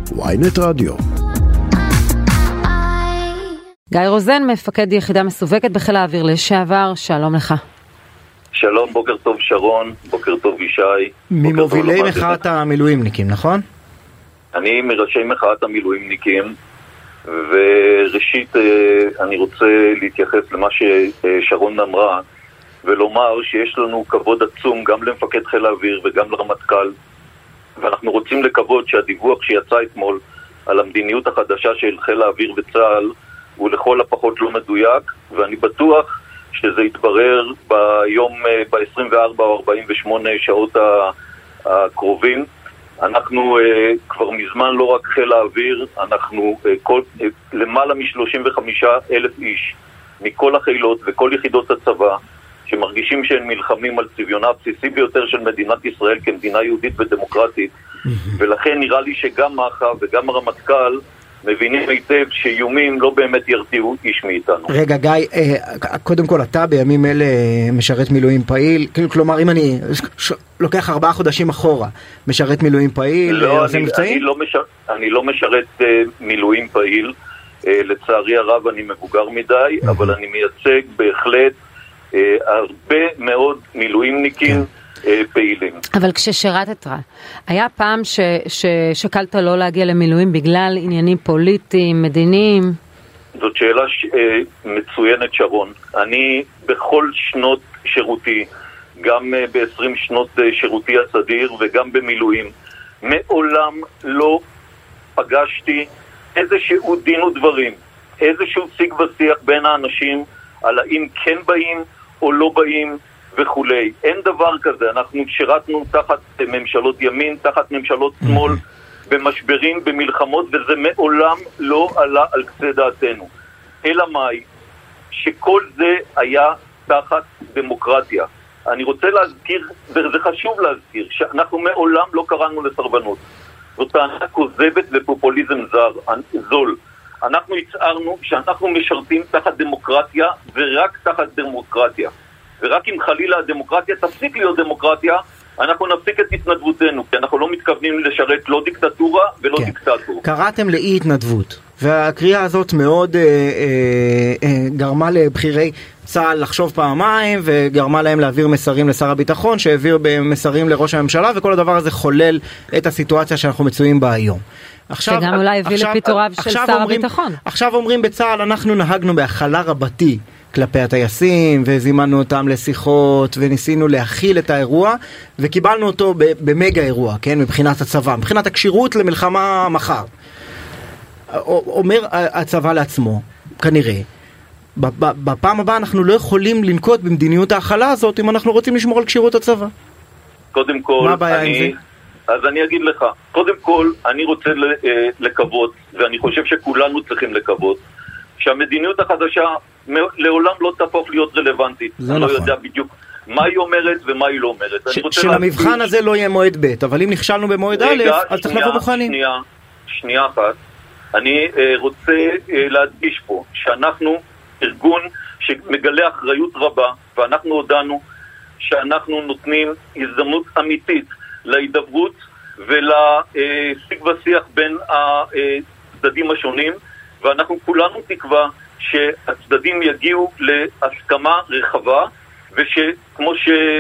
ynet רדיו. גיא רוזן, מפקד יחידה מסווגת בחיל האוויר לשעבר, שלום לך. שלום, בוקר טוב שרון, בוקר טוב ישי. ממובילי מחאת המילואימניקים, נכון? אני מראשי מחאת המילואימניקים, וראשית אני רוצה להתייחס למה ששרון אמרה, ולומר שיש לנו כבוד עצום גם למפקד חיל האוויר וגם לרמטכ"ל, ואנחנו רוצים לקוות שהדיווח שיצא אתמול על המדיניות החדשה של חיל האוויר וצה"ל הוא לכל הפחות לא מדויק, ואני בטוח שזה יתברר ביום, ב-24 או 48 שעות הקרובים. אנחנו כבר מזמן לא רק חיל האוויר, אנחנו למעלה מ-35,000 איש מכל החילות וכל יחידות הצבא שמרגישים שהם מלחמים על צביונה הבסיסי ביותר של מדינת ישראל כמדינה יהודית ודמוקרטית, ולכן נראה לי שגם מח"א וגם הרמטכ"ל מבינים היטב שאיומים לא באמת ירתיעו איש מאיתנו. רגע גיא, קודם כל אתה בימים אלה משרת מילואים פעיל, כלומר אם אני לוקח 4 חודשים אחורה, משרת מילואים פעיל, לא, אני לא משרת מילואים פעיל, לצערי הרב אני מבוגר מדי, אבל אני מייצג בהחלט הרבה מאוד מילואימניקים פעילים. אבל כששרתת, היה פעם ששקלת לא להגיע למילואים בגלל עניינים פוליטיים, מדיניים? זאת שאלה מצוינת שרון. אני בכל שנות שירותי, גם ב-20 שנות שירותי הסדיר וגם במילואים, מעולם לא פגשתי איזשהו דין ודברים, איזשהו שיג ושיח בין האנשים על האם כן באים או לא באים וכולי. אין דבר כזה. אנחנו שירתנו תחת ממשלות ימין, תחת ממשלות שמאל, במשברים, במלחמות, וזה מעולם לא עלה על קצה דעתנו. אלא מאי, שכל זה היה תחת דמוקרטיה. אני רוצה להזכיר, וזה חשוב להזכיר, שאנחנו מעולם לא קראנו לסרבנות. זאת טענה כוזבת ופופוליזם זול. אנחנו הצערנו שאנחנו משרתים תחת דמוקרטיה ורק תחת דמוקרטיה. ורק אם חלילה הדמוקרטיה תפסיק להיות דמוקרטיה, אנחנו נפסיק את התנדבותנו, כי אנחנו לא מתכוונים לשרת לא דיקטטורה ולא דיקטטור. קראתם לאי התנדבות, והקריאה הזאת מאוד גרמה לבחירי צה"ל לחשוב פעמיים, וגרמה להם להעביר מסרים לשר הביטחון, שהעביר מסרים לראש הממשלה, וכל הדבר הזה חולל את הסיטואציה שאנחנו מצויים בה היום. שגם אולי הביא לפיטוריו של שר הביטחון. עכשיו אומרים בצה"ל, אנחנו נהגנו בהכלה רבתי כלפי הטייסים, וזימנו אותם לשיחות, וניסינו להכיל את האירוע, וקיבלנו אותו במגה אירוע, כן? מבחינת הצבא, מבחינת הקשירות למלחמה מחר. אומר הצבא לעצמו, כנראה, בפעם הבאה אנחנו לא יכולים לנקוט במדיניות ההכלה הזאת, אם אנחנו רוצים לשמור על קשירות הצבא. קודם כל, מה הבעיה עם זה? אז אני אגיד לך, קודם כל, אני רוצה לקוות, ואני חושב שכולנו צריכים לקוות, שהמדיניות החדשה לעולם לא תהפוך להיות רלוונטית. אני לא יודע בדיוק מה היא אומרת ומה היא לא אומרת. שלמבחן הזה לא יהיה מועד ב', אבל אם נכשלנו במועד א', אז צריך לבוא מוכנים. שנייה אחת. אני רוצה להדגיש פה שאנחנו ארגון שמגלה אחריות רבה, ואנחנו הודענו שאנחנו נותנים הזדמנות אמיתית להידברות ולשיג ושיח בין הצדדים השונים, ואנחנו כולנו תקווה שהצדדים יגיעו להסכמה רחבה, ושכמו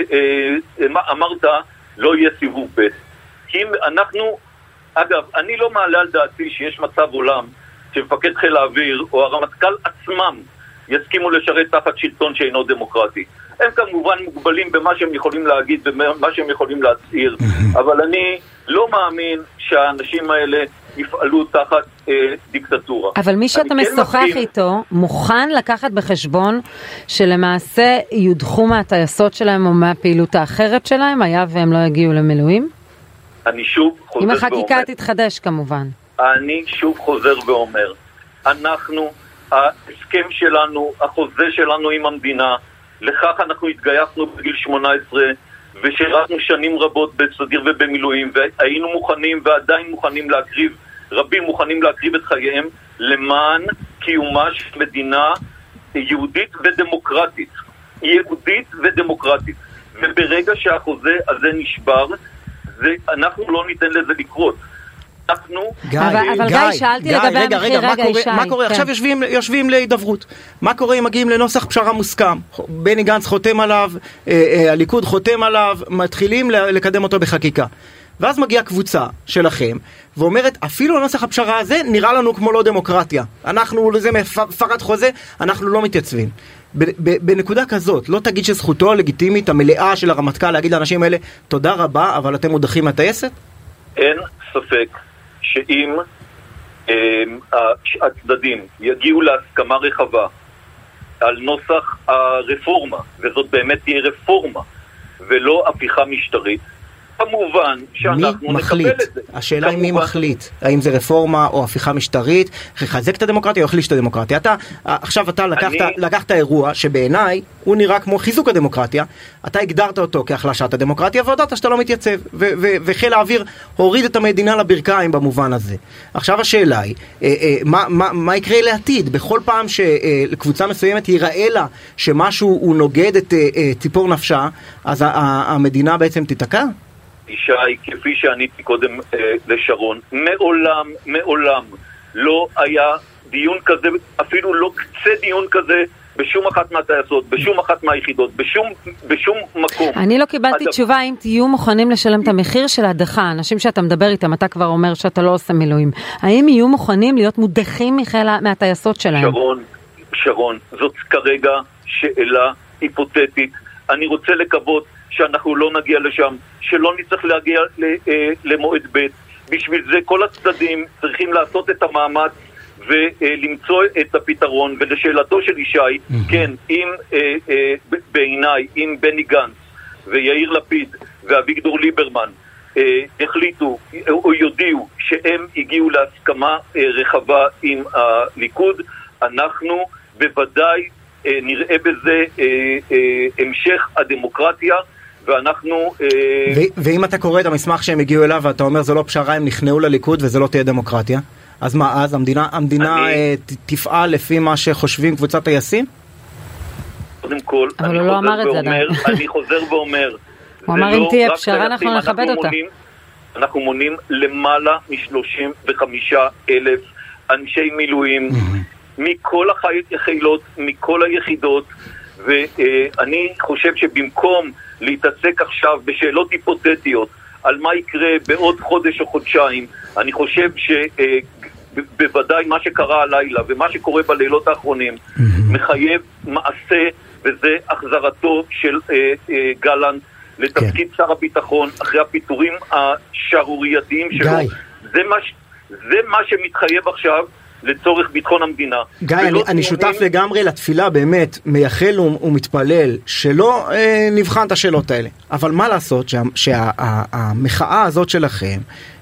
שאמרת, לא יהיה סיבוב ב'. כי אנחנו, אגב, אני לא מעלה על דעתי שיש מצב עולם שמפקד חיל האוויר או הרמטכ"ל עצמם יסכימו לשרת תחת שלטון שאינו דמוקרטי. הם כמובן מוגבלים במה שהם יכולים להגיד ומה שהם יכולים להצעיר, אבל אני לא מאמין שהאנשים האלה יפעלו תחת דיקטטורה. אבל מי שאתה משוחח איתו מוכן לקחת בחשבון שלמעשה יודחו מהטייסות שלהם או מהפעילות האחרת שלהם, היה והם לא יגיעו למילואים? אני שוב חוזר ואומר. אם החקיקה תתחדש כמובן. אני שוב חוזר ואומר, אנחנו, ההסכם שלנו, החוזה שלנו עם המדינה, לכך אנחנו התגייסנו בגיל 18 ושירתנו שנים רבות בסדיר ובמילואים, והיינו מוכנים ועדיין מוכנים להקריב, רבים מוכנים להקריב את חייהם למען קיומה של מדינה יהודית ודמוקרטית. יהודית ודמוקרטית. וברגע שהחוזה הזה נשבר, אנחנו לא ניתן לזה לקרות. אנחנו אבל גיא, שאלתי לגבי המחיר, מה קורה? עכשיו יושבים להידברות. מה קורה אם מגיעים לנוסח פשרה מוסכם? בני גנץ חותם עליו, הליכוד חותם עליו, מתחילים לקדם אותו בחקיקה. ואז מגיעה קבוצה שלכם, ואומרת, אפילו הנוסח הפשרה הזה נראה לנו כמו לא דמוקרטיה. אנחנו, זה מפרת חוזה, אנחנו לא מתייצבים. בנקודה כזאת, לא תגיד שזכותו הלגיטימית המלאה של הרמטכ"ל להגיד לאנשים האלה, תודה רבה, אבל אתם מודחים מהטייסת? אין ספק שאם הצדדים יגיעו להסכמה רחבה על נוסח הרפורמה, וזאת באמת תהיה רפורמה ולא הפיכה משטרית, כמובן שאנחנו נקבל את זה. השאלה היא מי מחליט, האם זה רפורמה או הפיכה משטרית, לחזק את הדמוקרטיה או החליש את הדמוקרטיה. עכשיו אתה לקחת אירוע שבעיניי הוא נראה כמו חיזוק הדמוקרטיה, אתה הגדרת אותו כהחלשת הדמוקרטיה והודעת שאתה לא מתייצב, וחיל האוויר הוריד את המדינה לברכיים במובן הזה. עכשיו השאלה היא, מה יקרה לעתיד? בכל פעם שקבוצה מסוימת ייראה לה שמשהו הוא נוגד את ציפור נפשה, אז המדינה בעצם תתקע? ישי, כפי שעניתי קודם לשרון, מעולם לא היה דיון כזה, אפילו לא קצה דיון כזה בשום אחת מהטייסות, בשום אחת מהיחידות, בשום מקום. אני לא קיבלתי תשובה האם תהיו מוכנים לשלם את המחיר של ההדחה, אנשים שאתה מדבר איתם, אתה כבר אומר שאתה לא עושה מילואים, האם יהיו מוכנים להיות מודחים מהטייסות שלהם? שרון, זאת כרגע שאלה היפותטית, אני רוצה לקוות שאנחנו לא נגיע לשם, שלא נצטרך להגיע למועד ב'. בשביל זה כל הצדדים צריכים לעשות את המאמץ ולמצוא את הפתרון. ולשאלתו של ישי, כן, אם בעיניי, אם בני גנץ ויאיר לפיד ואביגדור ליברמן החליטו או יודיעו שהם הגיעו להסכמה רחבה עם הליכוד, אנחנו בוודאי נראה בזה המשך הדמוקרטיה, ואנחנו... ואם אתה קורא את המסמך שהם הגיעו אליו ואתה אומר זה לא פשרה, הם נכנעו לליכוד וזה לא תהיה דמוקרטיה, אז מה אז? המדינה תפעל לפי מה שחושבים קבוצת טייסים? קודם כל, אני חוזר ואומר, הוא אמר אם תהיה פשרה אנחנו נכבד אותה. אנחנו מונים למעלה מ-35,000 אנשי מילואים מכל החילות, מכל היחידות, ואני חושב שבמקום להתעסק עכשיו בשאלות היפותטיות על מה יקרה בעוד חודש או חודשיים, אני חושב שבוודאי מה שקרה הלילה ומה שקורה בלילות האחרונים מחייב מעשה, וזה החזרתו של גלנט לתפקיד שר הביטחון אחרי הפיטורים השערורייתיים שלו. זה מה שמתחייב עכשיו לצורך ביטחון המדינה. גיא, אני שותף לגמרי לתפילה, באמת, מייחל ומתפלל, שלא נבחן את השאלות האלה. אבל מה לעשות שהמחאה הזאת שלכם,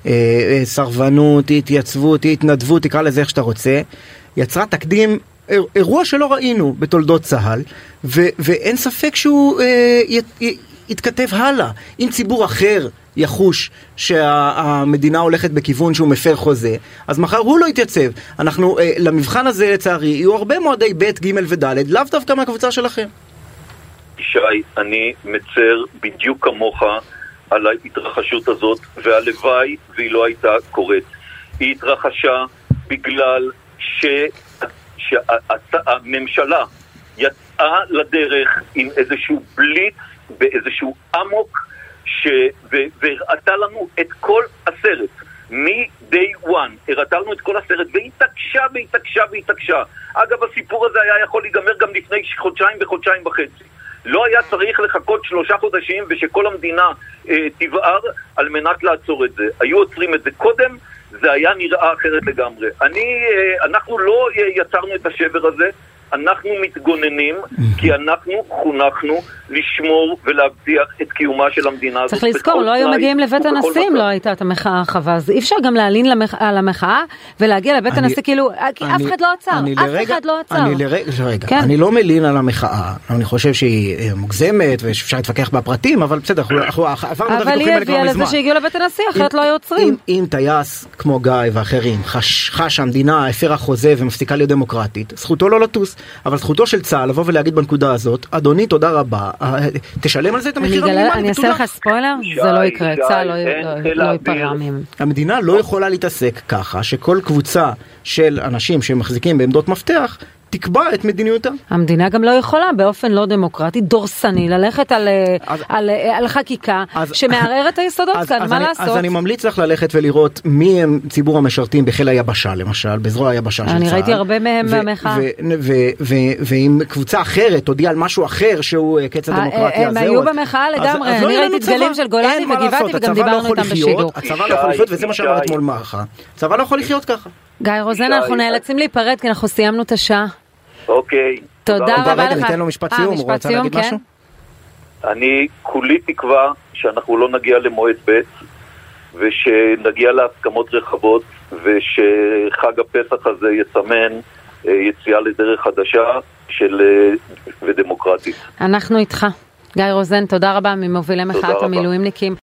סרבנות, התייצבות, התנדבות, תקרא לזה איך שאתה רוצה, יצרה תקדים, אירוע שלא ראינו בתולדות צה"ל, ואין ספק שהוא יתכתב הלאה. אם ציבור אחר יחוש שהמדינה הולכת בכיוון שהוא מפר חוזה, אז מחר הוא לא יתייצב. אנחנו, למבחן הזה לצערי, יהיו הרבה מועדי ב' ג' וד', לאו דווקא מהקבוצה שלכם. ישי, אני מצר בדיוק כמוך על ההתרחשות הזאת, והלוואי והיא לא הייתה קורית. היא התרחשה בגלל שהממשלה יצאה לדרך עם איזשהו בליץ, באיזשהו עמוק, והראתה לנו את כל הסרט מ-day one, הראתה לנו את כל הסרט והתעקשה. אגב, הסיפור הזה היה יכול להיגמר גם לפני חודשיים וחודשיים וחצי. לא היה צריך לחכות 3 חודשים ושכל המדינה תבער על מנת לעצור את זה. היו עוצרים את זה קודם, זה היה נראה אחרת לגמרי. אנחנו לא יצרנו את השבר הזה, אנחנו מתגוננים, כי אנחנו חונכנו לשמור ולהבטיח את קיומה של המדינה הזאת. צריך לזכור, לא היו מגיעים לבית הנשיא אם לא הייתה את המחאה הרחבה, אז אי אפשר גם להלין על המחאה ולהגיע לבית הנשיא כאילו, אף אחד לא עצר, אני לא מלין על המחאה, אני חושב שהיא מוגזמת ואפשר להתווכח בפרטים, אבל בסדר, אבל היא הביאה לזה שהגיעו לבית הנשיא, אחרת לא היו עוצרים. אם טייס כמו גיא ואחרים חש שהמדינה הפרה חוזה ומפסיקה להיות דמוקרטית, זכותו לא לטוס. אבל זכותו של צה"ל לבוא ולהגיד בנקודה הזאת, אדוני תודה רבה, תשלם על זה את המחיר המינימלי. אני אעשה לך ספוילר, זה לא יקרה, צה"ל לא ייפרע מהם. המדינה לא יכולה להתעסק ככה שכל קבוצה של אנשים שמחזיקים בעמדות מפתח תקבע את מדיניותה. המדינה גם לא יכולה באופן לא דמוקרטי, דורסני, ללכת על חקיקה שמערער את היסודות כאן, מה לעשות? אז אני ממליץ לך ללכת ולראות מי הם ציבור המשרתים בחיל היבשה, למשל, בזרוע היבשה של צה"ל. אני ראיתי הרבה מהם במחאה. ואם קבוצה אחרת תודיע על משהו אחר שהוא קץ הדמוקרטיה, הם היו במחאה לגמרי, אני ראיתי דגלים של גולני וגיבעתי וגם דיברנו איתם בשידור. הצבא לא יכול לחיות, וזה מה שאמר אתמול מחאה. הצבא לא יכול לחיות ככה. גיא רוזן, אנחנו נאלצים להיפרד כי אנחנו סיימנו את השעה. אוקיי. תודה רבה לך. ניתן לו משפט סיום, הוא רוצה להגיד משהו? אני כולי תקווה שאנחנו לא נגיע למועד ב' ושנגיע להסכמות רחבות ושחג הפסח הזה יסמן יציאה לדרך חדשה ודמוקרטית. אנחנו איתך. גיא רוזן, תודה רבה ממובילי מחאת המילואימניקים.